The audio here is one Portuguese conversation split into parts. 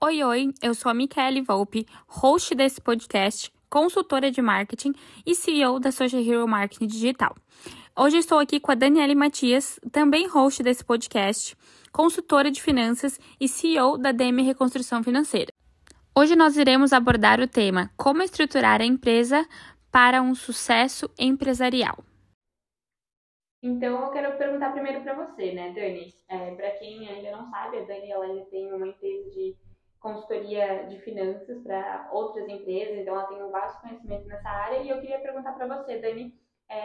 Oi, eu sou a Micaele Volpe, host desse podcast, consultora de marketing e CEO da Social Hero Marketing Digital. Hoje estou aqui com a Daniele Matias, também host desse podcast, consultora de finanças e CEO da DM Reconstrução Financeira. Hoje nós iremos abordar o tema Como estruturar a empresa para um sucesso empresarial. Então, eu quero perguntar primeiro para você, né, Dani? Para quem ainda não sabe, a Dani ela tem uma empresa de consultoria de finanças para outras empresas, então ela tem um vasto conhecimento nessa área. E eu queria perguntar para você, Dani,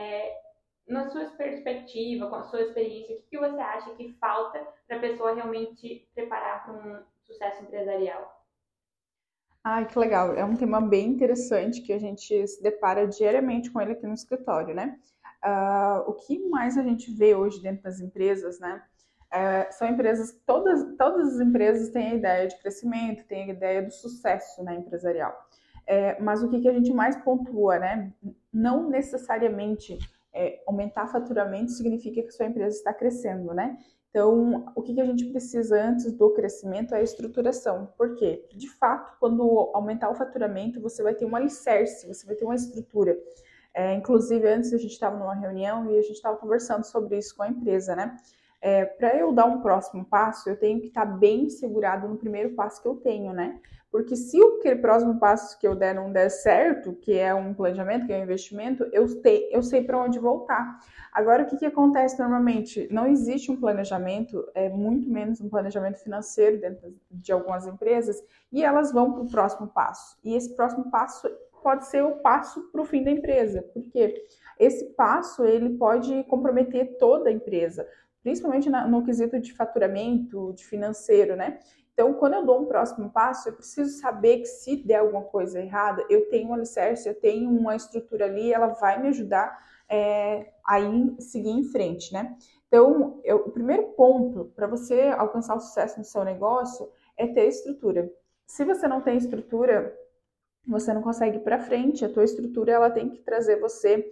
na sua perspectiva, com a sua experiência, o que você acha que falta para a pessoa realmente preparar para um sucesso empresarial? Ai, que legal. É um tema bem interessante que a gente se depara diariamente com ele aqui no escritório, né? O que mais a gente vê hoje dentro das empresas, né? São empresas, todas as empresas têm a ideia de crescimento, têm a ideia do sucesso, né, empresarial. Mas o que a gente mais pontua, né? Não necessariamente aumentar faturamento significa que a sua empresa está crescendo, né? Então, o que a gente precisa antes do crescimento é a estruturação. Por quê? De fato, quando aumentar o faturamento, você vai ter um alicerce, você vai ter uma estrutura. Inclusive, antes a gente estava numa reunião e a gente estava conversando sobre isso com a empresa, né? Para eu dar um próximo passo, eu tenho que estar bem segurado no primeiro passo que eu tenho, né? Porque se o próximo passo que eu der não der certo, que é um planejamento, que é um investimento, eu sei para onde voltar. Agora, o que acontece normalmente? Não existe um planejamento, muito menos um planejamento financeiro dentro de algumas empresas, e elas vão para o próximo passo. E esse próximo passo pode ser o passo para o fim da empresa, porque esse passo ele pode comprometer toda a empresa, principalmente no quesito de faturamento, de financeiro, né? Então, quando eu dou um próximo passo, eu preciso saber que se der alguma coisa errada, eu tenho um alicerce, eu tenho uma estrutura ali, ela vai me ajudar a seguir em frente, né? Então, o primeiro ponto para você alcançar o sucesso no seu negócio é ter estrutura. Se você não tem estrutura, você não consegue ir para frente. A tua estrutura ela tem que trazer você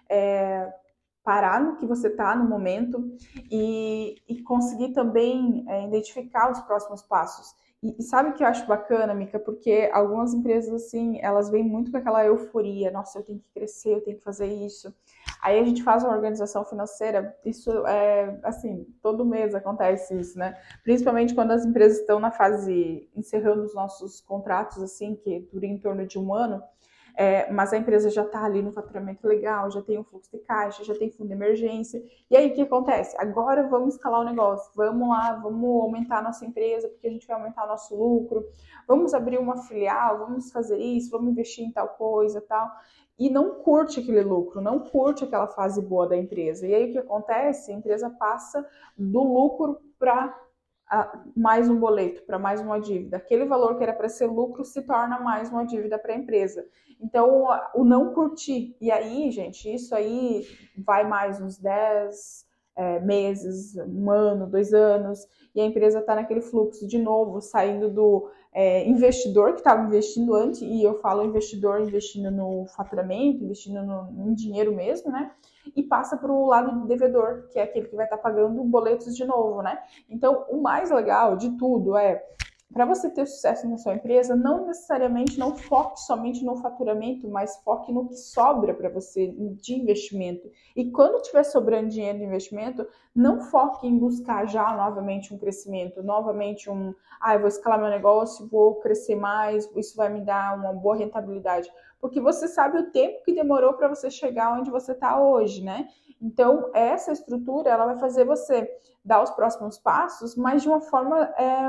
parar no que você está no momento e conseguir também identificar os próximos passos. E sabe o que eu acho bacana, Mica? Porque algumas empresas, assim, elas vêm muito com aquela euforia. Nossa, eu tenho que crescer, eu tenho que fazer isso. Aí a gente faz uma organização financeira, isso assim, todo mês acontece isso, né? Principalmente quando as empresas estão na fase, encerrando os nossos contratos, assim, que dura em torno de um ano, mas a empresa já está ali no faturamento legal, já tem um fluxo de caixa, já tem fundo de emergência. E aí o que acontece? Agora vamos escalar o negócio, vamos lá, vamos aumentar a nossa empresa, porque a gente vai aumentar o nosso lucro, vamos abrir uma filial, vamos fazer isso, vamos investir em tal coisa, tal. E não curte aquele lucro, não curte aquela fase boa da empresa. E aí o que acontece? A empresa passa do lucro para mais um boleto, para mais uma dívida. Aquele valor que era para ser lucro se torna mais uma dívida para a empresa. Então, o não curtir. E aí, gente, isso aí vai mais uns 10 meses, um ano, 2 anos, e a empresa está naquele fluxo de novo, saindo do investidor que estava investindo antes, e eu falo investidor investindo no faturamento, investindo em dinheiro mesmo, né? E passa para o lado do devedor, que é aquele que vai estar pagando boletos de novo, né? Então, o mais legal de tudo para você ter sucesso na sua empresa, não necessariamente não foque somente no faturamento, mas foque no que sobra para você de investimento. E quando tiver sobrando dinheiro de investimento, não foque em buscar já novamente um crescimento, novamente eu vou escalar meu negócio, vou crescer mais, isso vai me dar uma boa rentabilidade. Porque você sabe o tempo que demorou para você chegar onde você está hoje, né? Então, essa estrutura, ela vai fazer você dar os próximos passos, mas de uma forma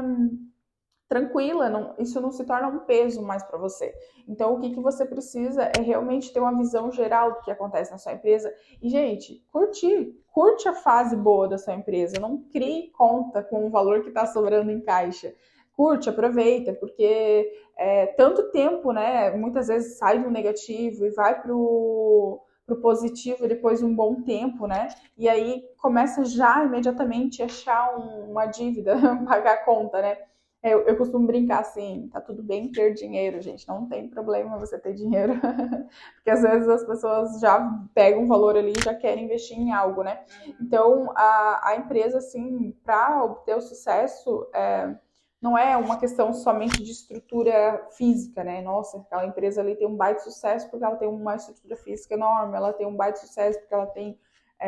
tranquila, isso não se torna um peso mais para você. Então, o que você precisa é realmente ter uma visão geral do que acontece na sua empresa. E, gente, curte a fase boa da sua empresa, não crie conta com o valor que está sobrando em caixa. Curte, aproveita, porque tanto tempo, né, muitas vezes sai do negativo e vai pro positivo depois de um bom tempo, né? E aí começa já imediatamente a achar uma dívida, pagar a conta, né? Eu costumo brincar assim, tá tudo bem ter dinheiro, gente, não tem problema você ter dinheiro, porque às vezes as pessoas já pegam um valor ali e já querem investir em algo, né? Então, a empresa, assim, para obter o sucesso, não é uma questão somente de estrutura física, né? Nossa, aquela empresa ali tem um baita sucesso porque ela tem uma estrutura física enorme, ela tem um baita sucesso porque ela tem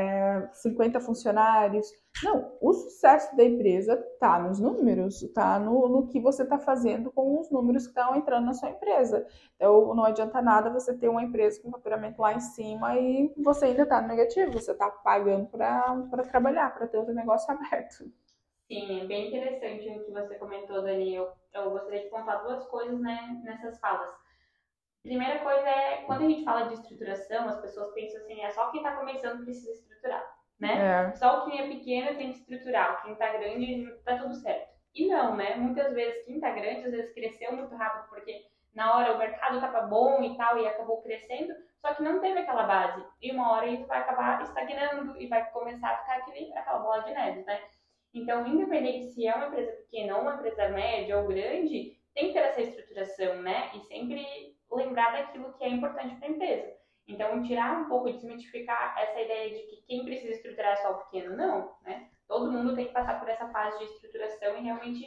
50 funcionários. Não, o sucesso da empresa está nos números, está no que você está fazendo com os números que estão entrando na sua empresa. Então, não adianta nada você ter uma empresa com faturamento lá em cima e você ainda está no negativo, você está pagando para trabalhar, para ter o seu negócio aberto. Sim, é bem interessante o que você comentou, Dani. Eu gostaria de contar duas coisas, né, nessas falas. Primeira coisa é, quando a gente fala de estruturação, as pessoas pensam assim, é só quem está começando precisa estruturar, né? Só quem é pequeno tem que estruturar, quem está grande tá tudo certo. E não, né? Muitas vezes quem está grande, às vezes cresceu muito rápido, porque na hora o mercado estava bom e tal, e acabou crescendo, só que não teve aquela base. E uma hora isso vai acabar estagnando e vai começar a ficar aquela bola de neve, né? Então, independente se é uma empresa pequena ou uma empresa média ou grande, tem que ter essa estruturação, né? E sempre lembrar daquilo que é importante para a empresa. Então, tirar um pouco, desmitificar essa ideia de que quem precisa estruturar é só o pequeno, não, né? Todo mundo tem que passar por essa fase de estruturação e realmente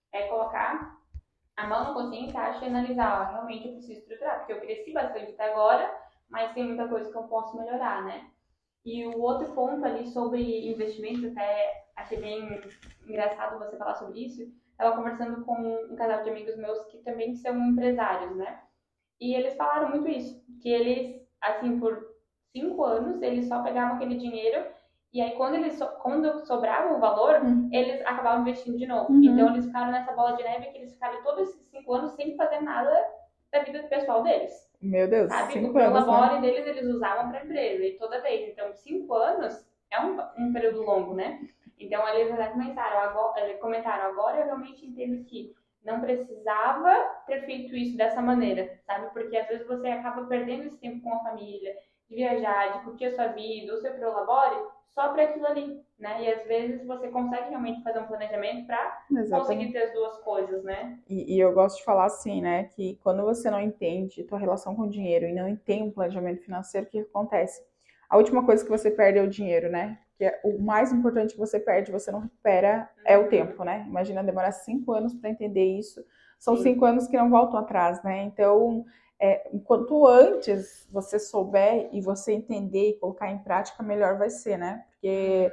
colocar a mão na consciência, acho, e analisar, realmente eu preciso estruturar, porque eu cresci bastante até agora, mas tem muita coisa que eu posso melhorar, né? E o outro ponto ali sobre investimentos, até achei bem engraçado você falar sobre isso. Estava conversando com um casal de amigos meus que também são empresários, né? E eles falaram muito isso, que eles, assim, por 5 anos, eles só pegavam aquele dinheiro e aí quando sobrava o valor, eles acabavam investindo de novo. Então eles ficaram nessa bola de neve que eles ficaram todos esses 5 anos sem fazer nada da vida pessoal deles. Meu Deus, sabe? 5 O prolabore né? deles, eles usavam para a empresa, e toda vez. Então, 5 anos é um período longo, né? Então, eles até comentaram, agora eu realmente entendo que não precisava ter feito isso dessa maneira, sabe? Porque às vezes você acaba perdendo esse tempo com a família, de viajar, de curtir a sua vida, o seu prolabore, só para aquilo ali, né? E às vezes você consegue realmente fazer um planejamento para conseguir ter as duas coisas, né? E eu gosto de falar assim, né? Que quando você não entende tua relação com o dinheiro e não tem um planejamento financeiro, o que acontece? A última coisa que você perde é o dinheiro, né? Que é o mais importante que você perde, você não recupera, é o tempo, né? Imagina demorar 5 anos para entender isso. São 5 anos que não voltam atrás, né? Então, quanto antes você souber e você entender e colocar em prática, melhor vai ser, né? Porque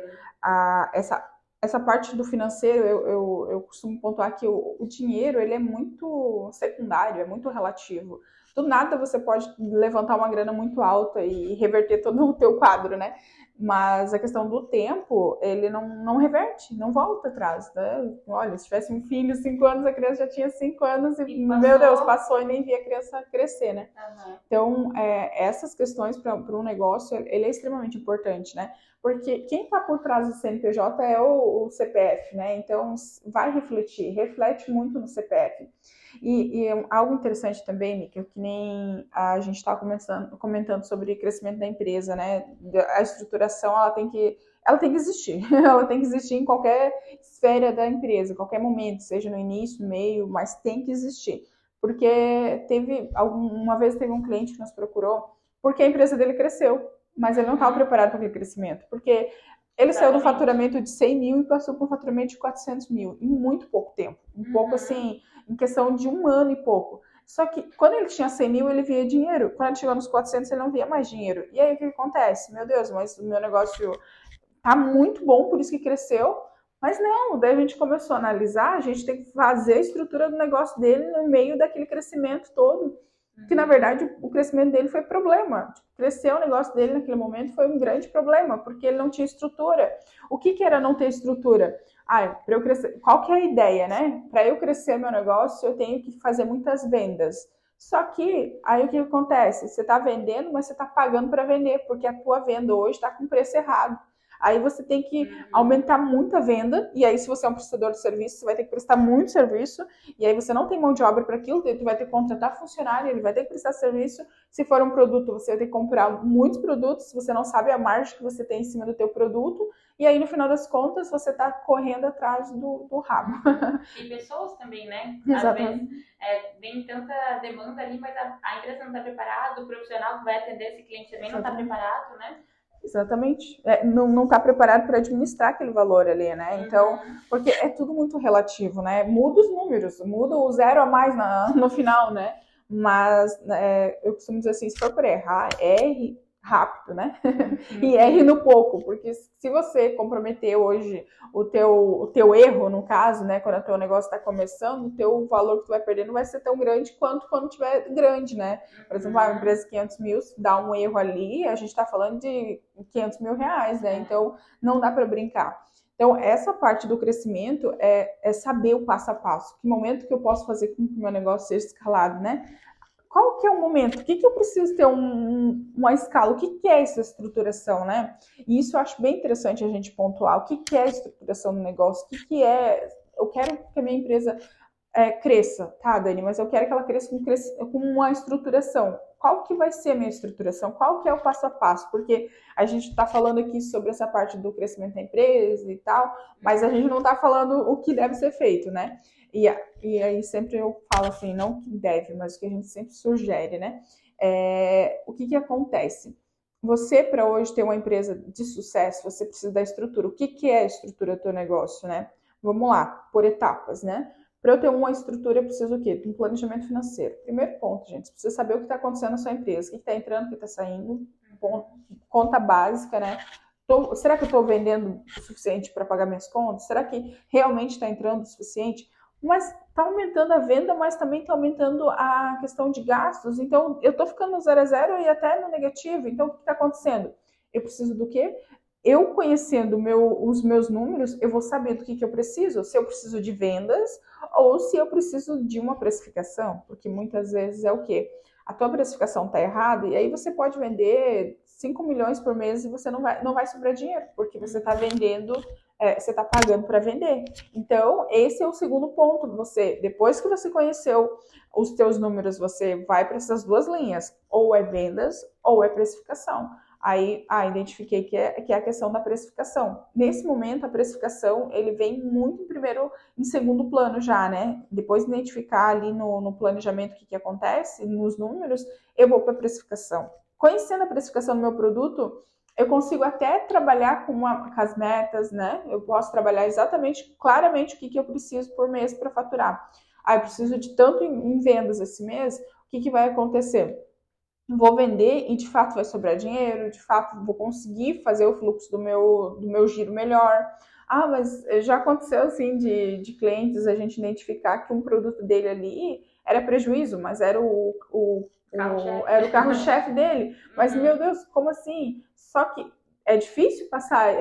essa parte do financeiro, eu costumo pontuar que o dinheiro, ele é muito secundário, é muito relativo. Do nada você pode levantar uma grana muito alta e reverter todo o teu quadro, né? Mas a questão do tempo, ele não reverte, não volta atrás, né? Olha, se tivesse um filho, 5 anos, a criança já tinha 5 anos e meu Deus, passou e nem via a criança crescer, né? Então, essas questões para um negócio, ele é extremamente importante, né? Porque quem está por trás do CNPJ é o CPF, né? Então, vai reflete muito no CPF. E algo interessante também, Nica, que nem a gente está comentando sobre o crescimento da empresa, né? A estruturação, ela tem que existir. Ela tem que existir em qualquer esfera da empresa, qualquer momento, seja no início, no meio, mas tem que existir. Porque uma vez teve um cliente que nos procurou porque a empresa dele cresceu, mas ele não estava preparado para aquele crescimento, porque ele saiu do faturamento de 100 mil e passou para um faturamento de 400 mil em muito pouco tempo, pouco assim, em questão de 1 ano e pouco. Só que quando ele tinha 100 mil, ele via dinheiro. Quando ele chegou nos 400, ele não via mais dinheiro. E aí o que acontece? Meu Deus, mas o meu negócio tá muito bom, por isso que cresceu. Mas não, daí a gente começou a analisar, a gente tem que fazer a estrutura do negócio dele no meio daquele crescimento todo. Que na verdade o crescimento dele foi problema. Crescer o negócio dele naquele momento foi um grande problema, porque ele não tinha estrutura. O que era não ter estrutura? Para eu crescer, qual que é a ideia, né? Para eu crescer meu negócio, eu tenho que fazer muitas vendas. Só que aí o que acontece? Você está vendendo, mas você está pagando para vender, porque a tua venda hoje está com preço errado. Aí você tem que aumentar muito a venda, e aí se você é um prestador de serviço, você vai ter que prestar muito serviço, e aí você não tem mão de obra para aquilo, você vai ter que contratar funcionário, ele vai ter que prestar serviço. Se for um produto, você vai ter que comprar muitos produtos, se você não sabe a margem que você tem em cima do teu produto, e aí no final das contas você está correndo atrás do rabo. E pessoas também, né? Exatamente. Às vezes vem tanta demanda ali, mas a empresa não está preparada, o profissional que vai atender esse cliente também não está preparado, né? Exatamente. Não está preparado para administrar aquele valor ali, né? Então, porque é tudo muito relativo, né? Muda os números, muda o zero a mais no final, né? Mas eu costumo dizer assim, se for por errar, erre rápido, né? E erre no pouco, porque se você comprometer hoje o teu erro, no caso, né? Quando o teu negócio está começando, o teu valor que tu vai perder não vai ser tão grande quanto quando tiver grande, né? Por exemplo, uma empresa de 500 mil, se dá um erro ali, a gente está falando de 500 mil reais, né? Então, não dá para brincar. Então, essa parte do crescimento é saber o passo a passo. Que momento que eu posso fazer com que o meu negócio seja escalado, né? Qual que é o momento? O que, que eu preciso ter uma escala? O que, que é essa estruturação, né? E isso eu acho bem interessante a gente pontuar. O que, que é a estruturação do negócio? O que, que é... Eu quero que a minha empresa cresça, tá, Dani? Mas eu quero que ela cresça com uma estruturação. Qual que vai ser a minha estruturação? Qual que é o passo a passo? Porque a gente está falando aqui sobre essa parte do crescimento da empresa e tal, mas a gente não está falando o que deve ser feito, né? E aí sempre eu falo assim, não o que deve, mas o que a gente sempre sugere, né? O que acontece? Você, para hoje ter uma empresa de sucesso, você precisa da estrutura. O que, que é a estrutura do teu negócio, né? Vamos lá, por etapas, né? Para eu ter uma estrutura, eu preciso o quê? De um planejamento financeiro. Primeiro ponto, gente, você precisa saber o que está acontecendo na sua empresa, o que está entrando, o que está saindo, conta básica, né? Será que eu estou vendendo o suficiente para pagar minhas contas? Será que realmente está entrando o suficiente? Mas está aumentando a venda, mas também está aumentando a questão de gastos. Então, eu estou ficando no 0 a 0 e até no negativo. Então, o que está acontecendo? Eu preciso do quê? Eu conhecendo os meus números, eu vou saber do que eu preciso. Se eu preciso de vendas ou se eu preciso de uma precificação. Porque muitas vezes é o quê? A tua precificação está errada e aí você pode vender 5 milhões por mês e você não vai sobrar dinheiro, porque você está vendendo, você está pagando para vender. Então, esse é o segundo ponto. Depois que você conheceu os teus números, você vai para essas duas linhas, ou é vendas ou é precificação. Aí, identifiquei que é a questão da precificação. Nesse momento, a precificação, ele vem muito em segundo plano já, né? Depois de identificar ali no planejamento o que acontece, nos números, eu vou para a precificação. Conhecendo a precificação do meu produto, eu consigo até trabalhar com as metas, né? Eu posso trabalhar exatamente, claramente, o que eu preciso por mês para faturar. Eu preciso de tanto em vendas esse mês, o que vai acontecer? Vou vender e de fato vai sobrar dinheiro, de fato vou conseguir fazer o fluxo do meu giro melhor. Mas já aconteceu assim de clientes a gente identificar que um produto dele ali era prejuízo, mas era era o carro-chefe dele. Mas, meu Deus, como assim? Só que é difícil passar,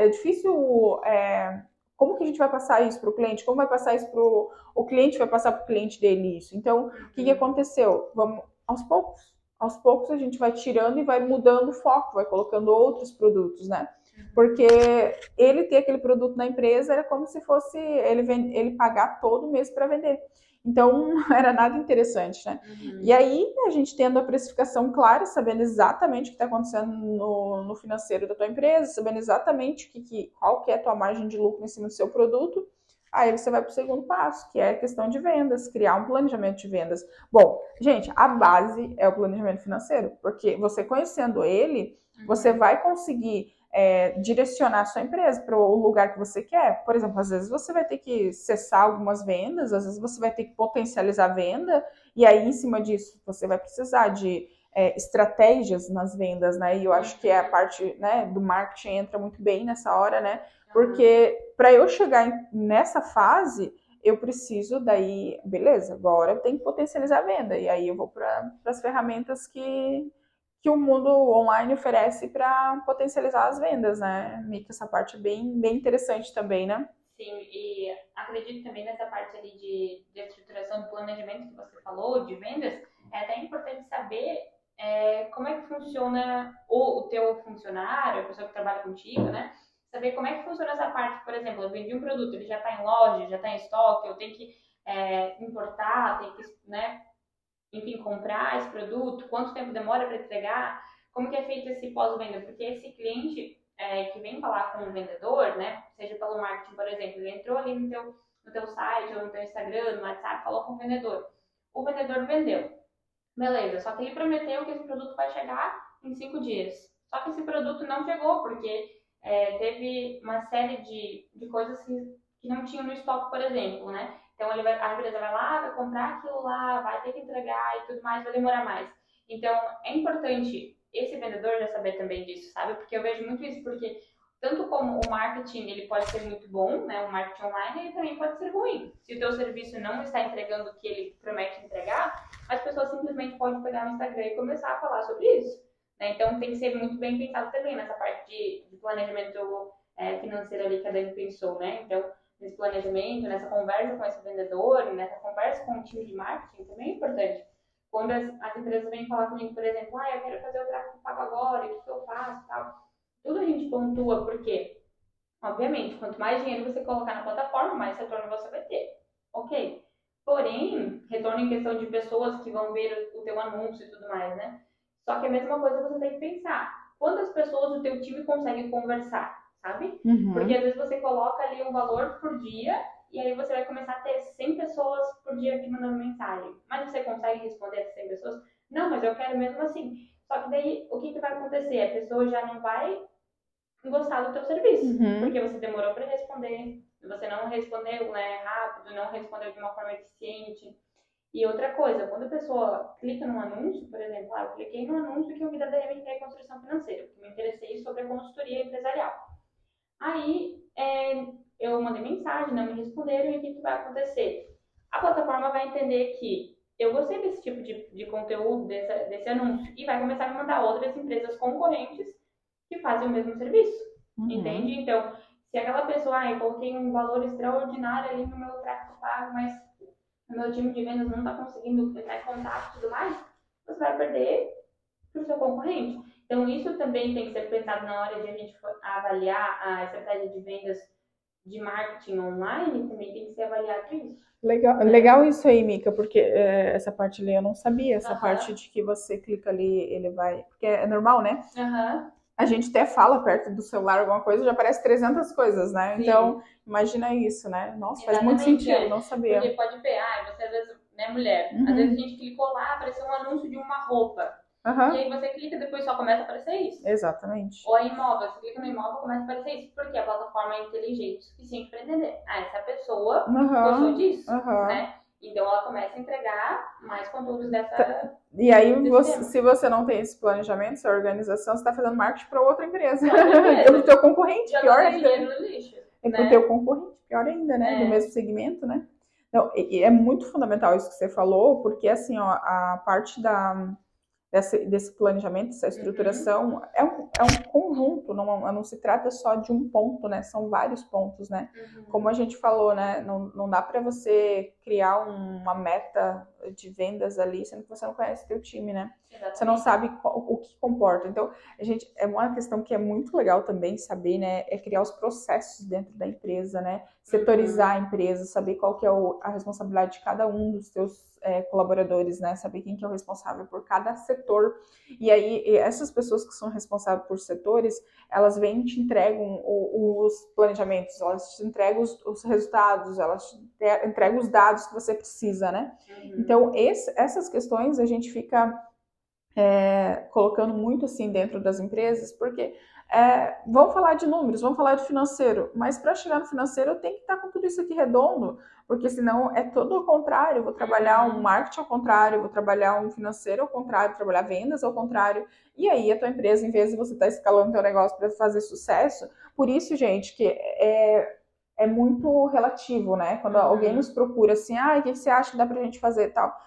como que a gente vai passar isso para o cliente? Como vai passar isso para o cliente? Vai passar para o cliente dele isso? Então, o que aconteceu? Vamos aos poucos a gente vai tirando e vai mudando o foco, vai colocando outros produtos, né? Porque ele ter aquele produto na empresa era como se fosse ele pagar todo mês para vender. Então, era nada interessante, né? E aí, a gente tendo a precificação clara, sabendo exatamente o que está acontecendo no financeiro da tua empresa, sabendo exatamente qual que é a tua margem de lucro em cima do seu produto, aí você vai para o segundo passo, que é a questão de vendas, criar um planejamento de vendas. Bom, gente, a base é o planejamento financeiro, porque você conhecendo ele, você vai conseguir direcionar a sua empresa para o lugar que você quer. Por exemplo, às vezes você vai ter que cessar algumas vendas, às vezes você vai ter que potencializar a venda, e aí em cima disso você vai precisar de estratégias nas vendas, né? E eu acho que a parte, né, do marketing entra muito bem nessa hora, né? Porque para eu chegar nessa fase, eu preciso daí, beleza, agora eu tenho que potencializar a venda. E aí eu vou para as ferramentas que o mundo online oferece para potencializar as vendas, né? Mica, essa parte é bem, bem interessante também, né? Sim, e acredito também nessa parte ali de estruturação do planejamento que você falou, de vendas, é até importante saber como é que funciona o teu funcionário, a pessoa que trabalha contigo, né? Saber como é que funciona essa parte, por exemplo, eu vendi um produto, ele já está em loja, já está em estoque, eu tenho que importar, tenho que, né, enfim, comprar esse produto, quanto tempo demora para entregar, como que é feito esse pós-venda, porque esse cliente que vem falar com o vendedor, né, seja pelo marketing, por exemplo, ele entrou ali no teu site ou no teu Instagram, no WhatsApp, falou com o vendedor vendeu, beleza, só que ele prometeu que esse produto vai chegar em 5 dias. Só que esse produto não chegou, porque teve uma série de coisas que não tinham no estoque, por exemplo, né? Então a empresa vai lá, vai comprar aquilo lá, vai ter que entregar e tudo mais, vai demorar mais. Então é importante esse vendedor já saber também disso, sabe? Porque eu vejo muito isso, porque tanto como o marketing ele pode ser muito bom, né? O marketing online ele também pode ser ruim. Se o teu serviço não está entregando o que ele promete entregar, as pessoas simplesmente podem pegar no Instagram e começar a falar sobre isso. Né? Então tem que ser muito bem pensado também nessa parte de planejamento financeiro ali que a Dani pensou, né? Então nesse planejamento, nessa conversa com esse vendedor, nessa conversa com o time de marketing também é importante. Quando as empresas vêm falar comigo, por exemplo, eu quero fazer o tráfego pago agora, o que eu faço, tal. Tudo a gente pontua porque, obviamente, quanto mais dinheiro você colocar na plataforma, mais retorno você vai ter. Ok. Porém, retorno em questão de pessoas que vão ver o teu anúncio e tudo mais, né? Só que a mesma coisa você tem que pensar. Quantas pessoas o teu time consegue conversar, sabe? Porque às vezes você coloca ali um valor por dia e aí você vai começar a ter 100 pessoas por dia te mandando mensagem. Mas você consegue responder essas 100 pessoas? Não, mas eu quero mesmo assim. Só que daí, o que vai acontecer? A pessoa já não vai gostar do teu serviço, porque você demorou para responder, você não respondeu rápido, não respondeu de uma forma eficiente. E outra coisa, quando a pessoa clica num anúncio, por exemplo, eu cliquei no anúncio que eu vi da DMT Construção Financeira, porque me interessei sobre a consultoria empresarial. Aí eu mandei mensagem, não me responderam, e o que vai acontecer? A plataforma vai entender que eu gostei desse tipo de conteúdo, desse anúncio, e vai começar a me mandar outras empresas concorrentes que fazem o mesmo serviço. Entende? Então, se aquela pessoa, eu coloquei um valor extraordinário ali no meu tráfego pago, mas o meu time de vendas não está conseguindo entrar em contato e tudo mais, você vai perder para o seu concorrente. Então, isso também tem que ser pensado na hora de a gente avaliar a estratégia de vendas de marketing online, também tem que ser avaliado isso. Legal isso aí, Mica, porque essa parte ali eu não sabia, essa parte de que você clica ali, ele vai... Porque é normal, né? A gente até fala perto do celular alguma coisa, já aparece 300 coisas, né? Sim. Então, imagina isso, né? Nossa, faz muito sentido, não sabia. Porque pode ver, você às vezes, né, mulher, às vezes a gente clicou lá, apareceu um anúncio de uma roupa. E aí você clica e depois só começa a aparecer isso. Exatamente. Ou imóvel, você clica no imóvel e começa a aparecer isso. Porque a plataforma é inteligente o suficiente para entender. Essa pessoa gostou disso, né? Então ela começa a entregar mais conteúdos dessa. E aí, se você não tem esse planejamento, essa organização, você está fazendo marketing para outra empresa. Para o teu concorrente, já pior ainda. No lixo, para o teu concorrente, pior ainda, né? Do mesmo segmento, né? Não, é muito fundamental isso que você falou, porque assim, ó, a parte desse planejamento, dessa estruturação, é um conjunto, não se trata só de um ponto, né? São vários pontos, né? Como a gente falou, né? Não dá para você criar uma meta de vendas ali, sendo que você não conhece o teu time, né? Exatamente. Você não sabe o que comporta. Então, é uma questão que é muito legal também saber, né? É criar os processos dentro da empresa, né? Setorizar a empresa, saber qual que é a responsabilidade de cada um dos teus colaboradores, né? Saber quem que é o responsável por cada setor. E aí, essas pessoas que são responsáveis por setores, elas vêm e te entregam os planejamentos, elas te entregam os resultados, elas te entregam os dados que você precisa, né? Então, essas questões a gente fica colocando muito assim dentro das empresas, porque vamos falar de números, vamos falar de financeiro, mas para chegar no financeiro eu tenho que estar com tudo isso aqui redondo, porque senão é todo ao contrário, eu vou trabalhar um marketing ao contrário, eu vou trabalhar um financeiro ao contrário, trabalhar vendas ao contrário, e aí a tua empresa, em vez de você estar escalando teu negócio para fazer sucesso, por isso, gente, que é muito relativo, né? Quando alguém nos procura assim, o que você acha que dá pra gente fazer e tal?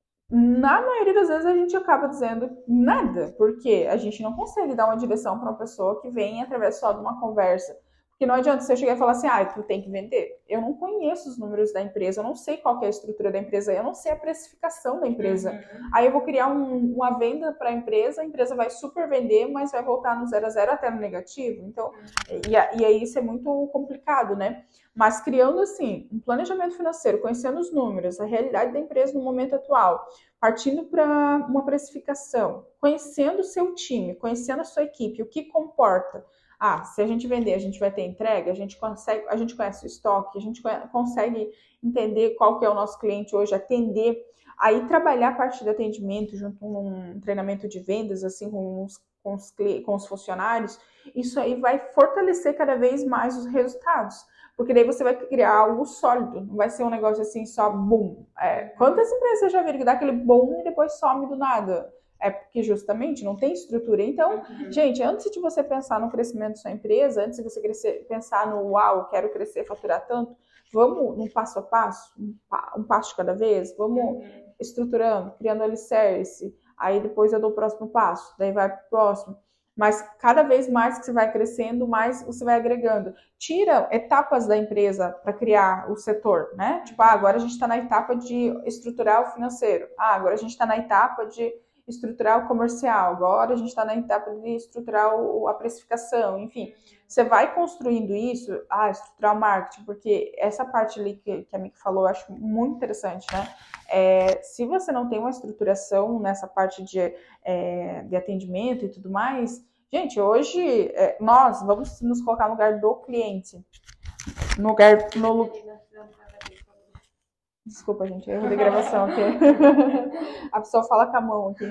Na maioria das vezes a gente acaba dizendo nada, porque a gente não consegue dar uma direção para uma pessoa que vem através só de uma conversa. Porque não adianta você chegar e falar assim, tu tem que vender. Eu não conheço os números da empresa, eu não sei qual que é a estrutura da empresa, eu não sei a precificação da empresa. Aí eu vou criar uma venda para a empresa vai super vender, mas vai voltar no 0 a 0 até no negativo. Então, e aí isso é muito complicado, né? Mas criando assim, um planejamento financeiro, conhecendo os números, a realidade da empresa no momento atual, partindo para uma precificação, conhecendo o seu time, conhecendo a sua equipe, o que comporta. Se a gente vender, a gente vai ter entrega, a gente conhece o estoque, a gente consegue entender qual que é o nosso cliente hoje, atender, aí trabalhar a parte de atendimento junto com um treinamento de vendas, assim, com com os funcionários, isso aí vai fortalecer cada vez mais os resultados. Porque daí você vai criar algo sólido, não vai ser um negócio assim só boom. Quantas empresas você já viram que dá aquele boom e depois some do nada? É porque justamente não tem estrutura. Então, gente, antes de você pensar no crescimento da sua empresa, antes de você pensar no uau, quero crescer, faturar tanto, vamos num passo a passo, um passo de cada vez, vamos estruturando, criando alicerce, aí depois eu dou o próximo passo, daí vai pro próximo. Mas cada vez mais que você vai crescendo, mais você vai agregando. Tira etapas da empresa para criar o setor, né? Tipo, agora a gente está na etapa de estruturar o financeiro. Agora a gente está na etapa de estruturar o comercial. Agora a gente está na etapa de estruturar a precificação. Enfim, você vai construindo isso, estruturar o marketing, porque essa parte ali que a Miki falou, eu acho muito interessante, né? Se você não tem uma estruturação nessa parte de atendimento e tudo mais, gente, hoje nós vamos nos colocar no lugar do cliente. Desculpa, gente, erro de gravação aqui. A pessoa fala com a mão aqui.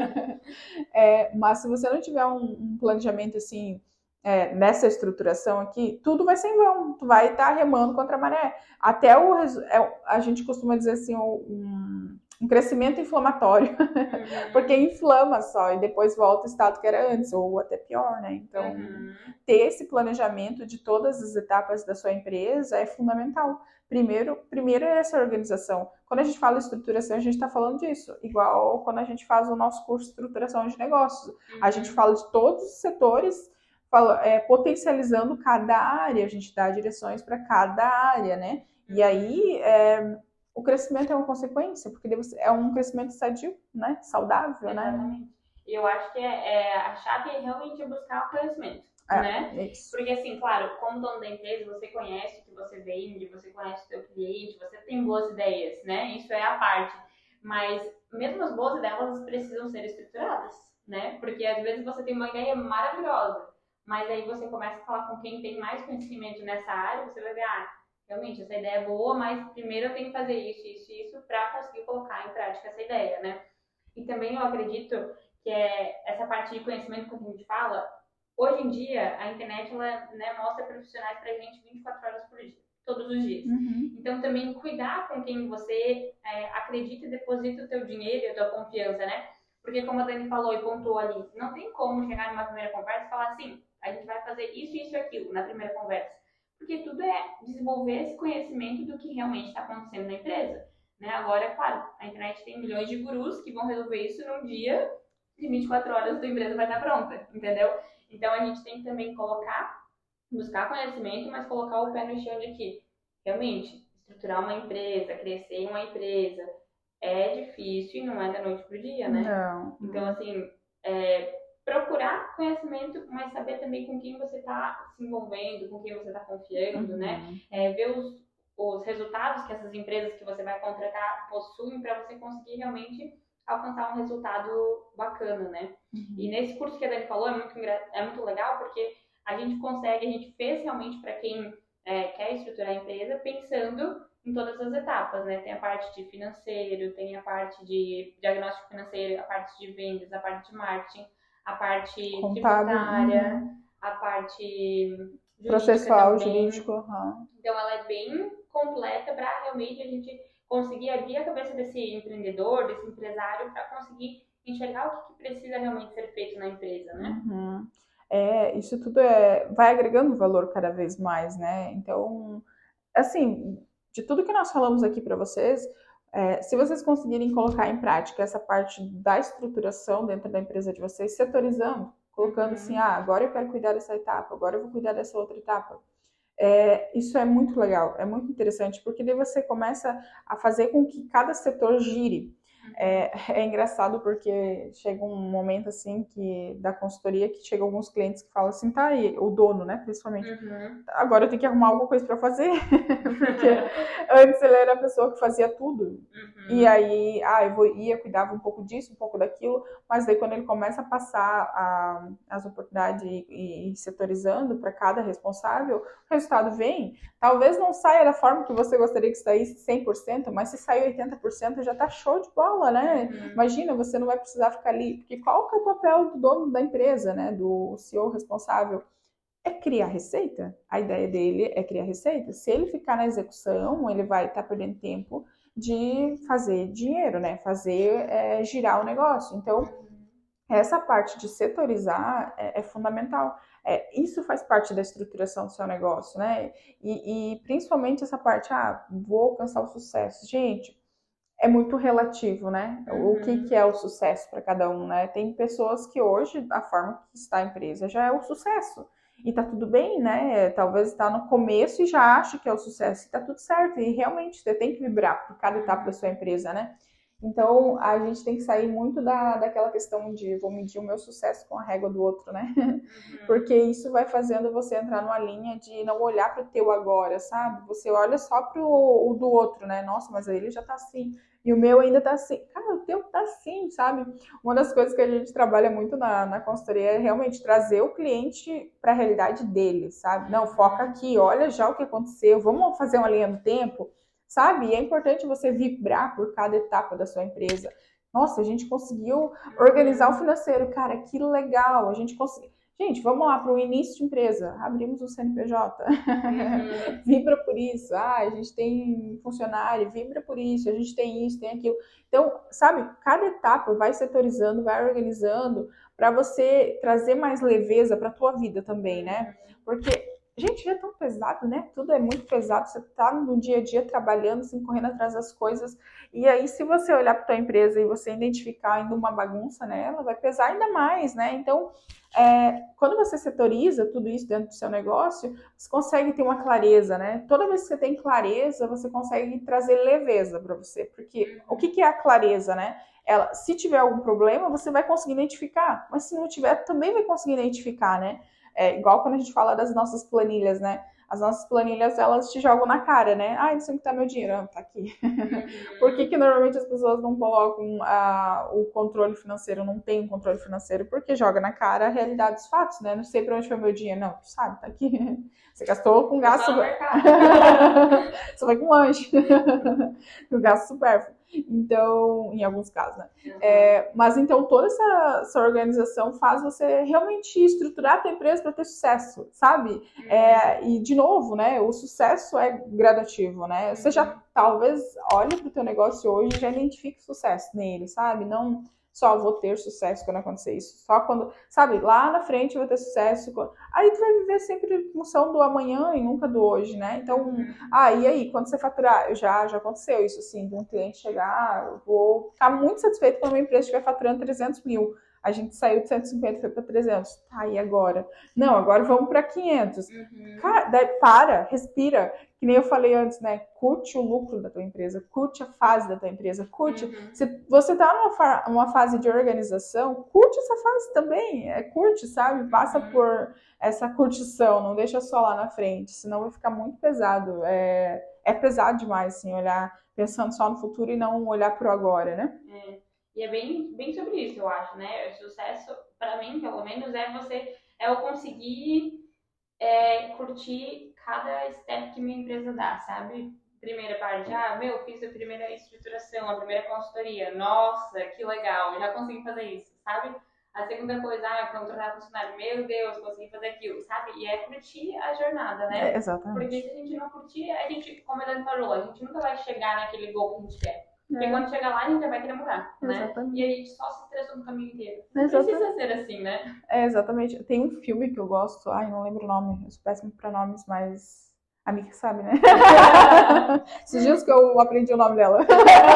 Mas se você não tiver um planejamento assim, nessa estruturação aqui, tudo vai ser em vão. Tu vai estar remando contra a maré. Até a gente costuma dizer assim, um crescimento inflamatório, porque inflama só e depois volta ao estado que era antes, ou até pior, né? Então, ter esse planejamento de todas as etapas da sua empresa é fundamental. Primeiro é essa organização. Quando a gente fala estruturação, a gente está falando disso. Igual quando a gente faz o nosso curso de estruturação de negócios. A gente fala de todos os setores, potencializando cada área, a gente dá direções para cada área, né? E aí, o crescimento é uma consequência, porque é um crescimento sadio, né? Saudável, exatamente, né? E eu acho que a chave é realmente buscar o conhecimento, né? Isso. Porque assim, claro, como dono da empresa, você conhece o que você vende, você conhece o seu cliente, você tem boas ideias, né? Isso é a parte. Mas mesmo as boas ideias, elas precisam ser estruturadas, né? Porque às vezes você tem uma ideia maravilhosa, mas aí você começa a falar com quem tem mais conhecimento nessa área, você vai ver, realmente, essa ideia é boa, mas primeiro eu tenho que fazer isso para conseguir colocar em prática essa ideia, né? E também eu acredito que essa parte de conhecimento que a gente fala, hoje em dia, a internet, ela, né, mostra profissionais pra gente 24 horas por dia, todos os dias. Então, também cuidar com quem você acredita e deposita o teu dinheiro e a tua confiança, né? Porque como a Dani falou e pontuou ali, não tem como chegar numa primeira conversa e falar assim, a gente vai fazer isso e aquilo na primeira conversa. Porque tudo é desenvolver esse conhecimento do que realmente está acontecendo na empresa, né? Agora, claro, a internet tem milhões de gurus que vão resolver isso num dia de 24 horas a tua empresa vai estar pronta, entendeu? Então, a gente tem que também buscar conhecimento, mas colocar o pé no chão de que, realmente, estruturar uma empresa, crescer em uma empresa, é difícil e não é da noite pro dia, né? Não. Então, assim, procurar conhecimento, mas saber também com quem você está se envolvendo, com quem você está confiando, né? Ver os resultados que essas empresas que você vai contratar possuem para você conseguir realmente alcançar um resultado bacana, né? E nesse curso que a Dani falou é muito legal porque a gente fez realmente para quem quer estruturar a empresa pensando em todas as etapas, né? Tem a parte de financeiro, tem a parte de diagnóstico financeiro, a parte de vendas, a parte de marketing, a parte tributária, a parte processual, jurídico. Então, ela é bem completa para realmente a gente conseguir abrir a cabeça desse empreendedor, desse empresário, para conseguir enxergar o que precisa realmente ser feito na empresa, né? Isso tudo vai agregando valor cada vez mais, né? Então, assim, de tudo que nós falamos aqui para vocês, se vocês conseguirem colocar em prática essa parte da estruturação dentro da empresa de vocês, setorizando, colocando assim, agora eu quero cuidar dessa etapa, agora eu vou cuidar dessa outra etapa. Isso é muito legal, é muito interessante, porque daí você começa a fazer com que cada setor gire. É engraçado porque chega um momento assim da consultoria que chega alguns clientes que falam assim, tá aí, o dono, né, principalmente, agora eu tenho que arrumar alguma coisa para fazer, porque antes ele era a pessoa que fazia tudo, e aí, eu cuidava um pouco disso, um pouco daquilo, mas daí quando ele começa a passar as oportunidades e setorizando para cada responsável, o resultado vem, talvez não saia da forma que você gostaria que saísse 100%, mas se sair 80% já tá show de bola. bola, né? Imagina, você não vai precisar ficar ali, porque qual que é o papel do dono da empresa, né? Do CEO responsável? É criar receita. A ideia dele é criar receita. Se ele ficar na execução, ele vai estar perdendo tempo de fazer dinheiro, né? Fazer girar o negócio. Então, essa parte de setorizar é fundamental. Isso faz parte da estruturação do seu negócio, né? E principalmente essa parte, vou alcançar o sucesso. Gente, é muito relativo, né? O que é o sucesso para cada um, né? Tem pessoas que hoje, a forma que está a empresa já é o sucesso. E tá tudo bem, né? Talvez está no começo e já acha que é o sucesso e tá tudo certo. E realmente você tem que vibrar por cada etapa da sua empresa, né? Então, a gente tem que sair muito daquela questão de vou medir o meu sucesso com a régua do outro, né? Porque isso vai fazendo você entrar numa linha de não olhar para o teu agora, sabe? Você olha só para o do outro, né? Nossa, mas ele já tá assim. E o meu ainda tá assim. Cara, o teu tá assim, sabe? Uma das coisas que a gente trabalha muito na consultoria é realmente trazer o cliente para a realidade dele, sabe? Não, foca aqui, olha já o que aconteceu, vamos fazer uma linha do tempo, sabe? E é importante você vibrar por cada etapa da sua empresa. Nossa, a gente conseguiu organizar o financeiro, cara, que legal, a gente conseguiu. Gente, vamos lá para o início de empresa. Abrimos um CNPJ. Vibra por isso. A gente tem funcionário, vibra por isso. A gente tem isso, tem aquilo. Então, sabe, cada etapa vai setorizando, vai organizando para você trazer mais leveza para a tua vida também, né? Porque, gente, é tão pesado, né? Tudo é muito pesado. Você tá no dia a dia trabalhando, assim, correndo atrás das coisas. E aí, se você olhar para tua empresa e você identificar ainda uma bagunça nela, vai pesar ainda mais, né? Então, quando você setoriza tudo isso dentro do seu negócio, você consegue ter uma clareza, né? Toda vez que você tem clareza, você consegue trazer leveza para você. Porque o que é a clareza, né? Se tiver algum problema, você vai conseguir identificar. Mas se não tiver, também vai conseguir identificar, né? Igual quando a gente fala das nossas planilhas, né? As nossas planilhas, elas te jogam na cara, né? Não sei onde tá meu dinheiro. Tá aqui. Por que normalmente as pessoas não colocam o controle financeiro, não tem um controle financeiro? Porque joga na cara a realidade dos fatos, né? Não sei pra onde foi meu dinheiro. Não, tu sabe, tá aqui. Você gastou com gasto... Você vai com lanche. Com gasto supérfluo. Então, em alguns casos, né? Mas então toda essa organização faz você realmente estruturar a tua empresa para ter sucesso, sabe? E de novo, né? O sucesso é gradativo, né? Você já talvez olhe para o teu negócio hoje e já identifique sucesso nele, sabe? Não só vou ter sucesso quando acontecer isso, só quando, sabe, lá na frente eu vou ter sucesso. Aí tu vai viver sempre em função do amanhã e nunca do hoje, né? Então, e aí, quando você faturar, já aconteceu isso, assim, de um cliente chegar, eu vou ficar muito satisfeito quando uma empresa estiver faturando 300 mil. A gente saiu de 150 e foi para 300. Tá, e agora? Não, agora vamos para 500. Cara, daí respira. Que nem eu falei antes, né? Curte o lucro da tua empresa, curte a fase da tua empresa, curte. Se você tá numa fase de organização, curte essa fase também. Curte, sabe? Passa por essa curtição, não deixa só lá na frente, senão vai ficar muito pesado. É pesado demais, assim, olhar pensando só no futuro e não olhar pro agora, né? E é bem sobre isso, eu acho, né? O sucesso, para mim, pelo menos, eu conseguir curtir cada step que minha empresa dá, sabe? Primeira parte, fiz a primeira estruturação, a primeira consultoria, nossa, que legal, já consegui fazer isso, sabe? A segunda coisa, contratar funcionário, meu Deus, consegui fazer aquilo, sabe? E é curtir a jornada, né? Exatamente. Porque se a gente não curtir, como a Dani falou, a gente nunca vai chegar naquele gol que a gente quer. Porque quando chegar lá, a gente já vai querer mudar, né? Exatamente. E a gente só se estressou no caminho inteiro. Não precisa ser assim, né? Exatamente. Tem um filme que eu gosto, não lembro o nome, eu sou péssimo pra nomes, mas a Mika sabe, né? Esses dias que eu aprendi o nome dela.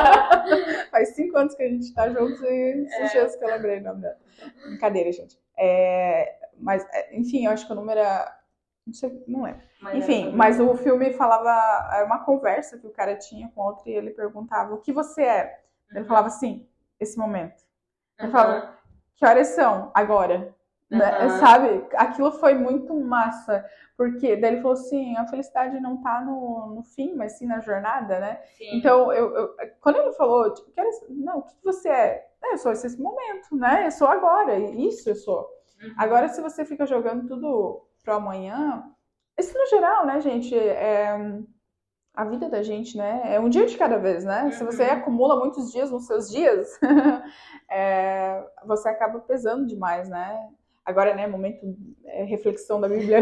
Faz 5 anos que a gente tá juntos e esses dias que eu lembrei o nome dela. Brincadeira, gente. Mas, enfim, eu acho que o número era... Não sei, não lembro. Enfim, mas o filme falava... Era uma conversa que o cara tinha com outro e ele perguntava, o que você é? Ele falava assim, esse momento. Ele falava, que horas são? Agora. Né? Sabe? Aquilo foi muito massa. Porque daí ele falou assim, a felicidade não tá no fim, mas sim na jornada, né? Sim. Então, quando ele falou, tipo, o que você é? Eu sou esse momento, né? Eu sou agora, isso eu sou. Agora, se você fica jogando tudo pro amanhã, isso no geral, né, gente? a vida da gente, né, é um dia de cada vez, né? Se você acumula muitos dias nos seus dias, você acaba pesando demais, né? Agora, né, momento reflexão da Bíblia, né?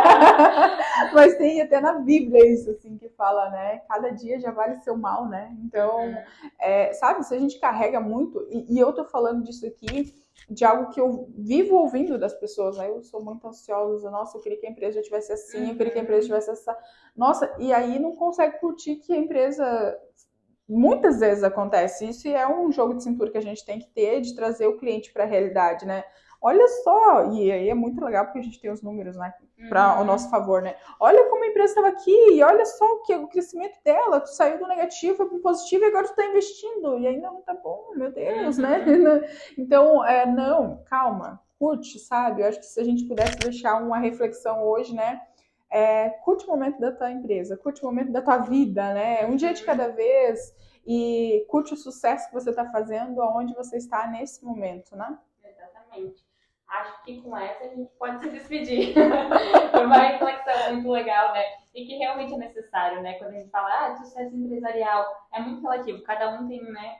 Mas tem até na Bíblia isso, assim, que fala, né? Cada dia já vale seu mal, né? Então, sabe, se a gente carrega muito, e eu tô falando disso aqui, de algo que eu vivo ouvindo das pessoas, né? Eu sou muito ansiosa, nossa, eu queria que a empresa já tivesse assim, eu queria que a empresa tivesse essa. Nossa, e aí não consegue curtir que a empresa. Muitas vezes acontece isso e é um jogo de cintura que a gente tem que ter de trazer o cliente para a realidade, né? Olha só, e aí é muito legal porque a gente tem os números, né, para o nosso favor, né? Olha como a empresa estava aqui e olha só o crescimento dela, tu saiu do negativo para o positivo e agora tu está investindo e ainda não tá bom, meu Deus, né? Então, não, calma, curte, sabe? Eu acho que se a gente pudesse deixar uma reflexão hoje, né? Curte o momento da tua empresa, curte o momento da tua vida, né? Um dia de cada vez e curte o sucesso que você está fazendo, aonde você está nesse momento, né? Exatamente. Acho que com essa a gente pode se despedir. Foi uma reflexão muito legal, né? E que realmente é necessário, né? Quando a gente fala de sucesso empresarial, é muito relativo. Cada um tem, né,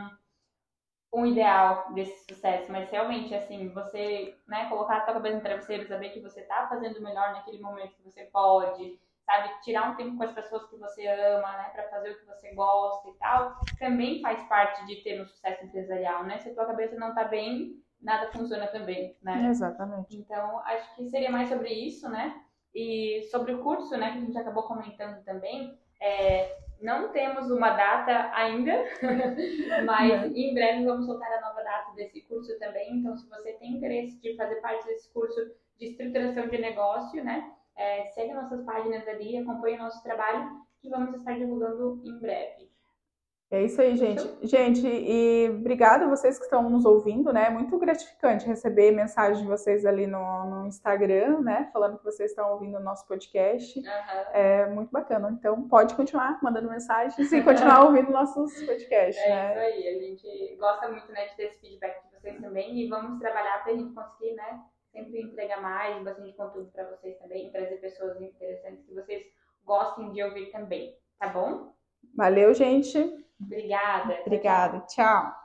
um ideal desse sucesso, mas realmente, assim, você, né, colocar a tua cabeça no travesseiro, saber que você tá fazendo o melhor naquele momento que você pode, sabe, tirar um tempo com as pessoas que você ama, né, para fazer o que você gosta e tal, também faz parte de ter um sucesso empresarial, né? Se a tua cabeça não tá bem, nada funciona também, né? Exatamente. Então, acho que seria mais sobre isso, né? E sobre o curso, né, que a gente acabou comentando também, não temos uma data ainda, mas em breve vamos soltar a nova data desse curso também. Então, se você tem interesse de fazer parte desse curso de estruturação de negócio, né, segue nossas páginas ali, acompanhe o nosso trabalho, que vamos estar divulgando em breve. É isso aí, gente. Gente, e obrigada a vocês que estão nos ouvindo, né? É muito gratificante receber mensagem de vocês ali no Instagram, né? Falando que vocês estão ouvindo o nosso podcast. É muito bacana. Então, pode continuar mandando mensagens e continuar ouvindo nossos podcasts, né? Isso aí. A gente gosta muito, né, de ter esse feedback de vocês também e vamos trabalhar para a gente conseguir, né, sempre entregar mais, bastante conteúdo para vocês também, trazer pessoas interessantes que vocês gostem de ouvir também, tá bom? Valeu, gente. Obrigada. Obrigada. Tchau.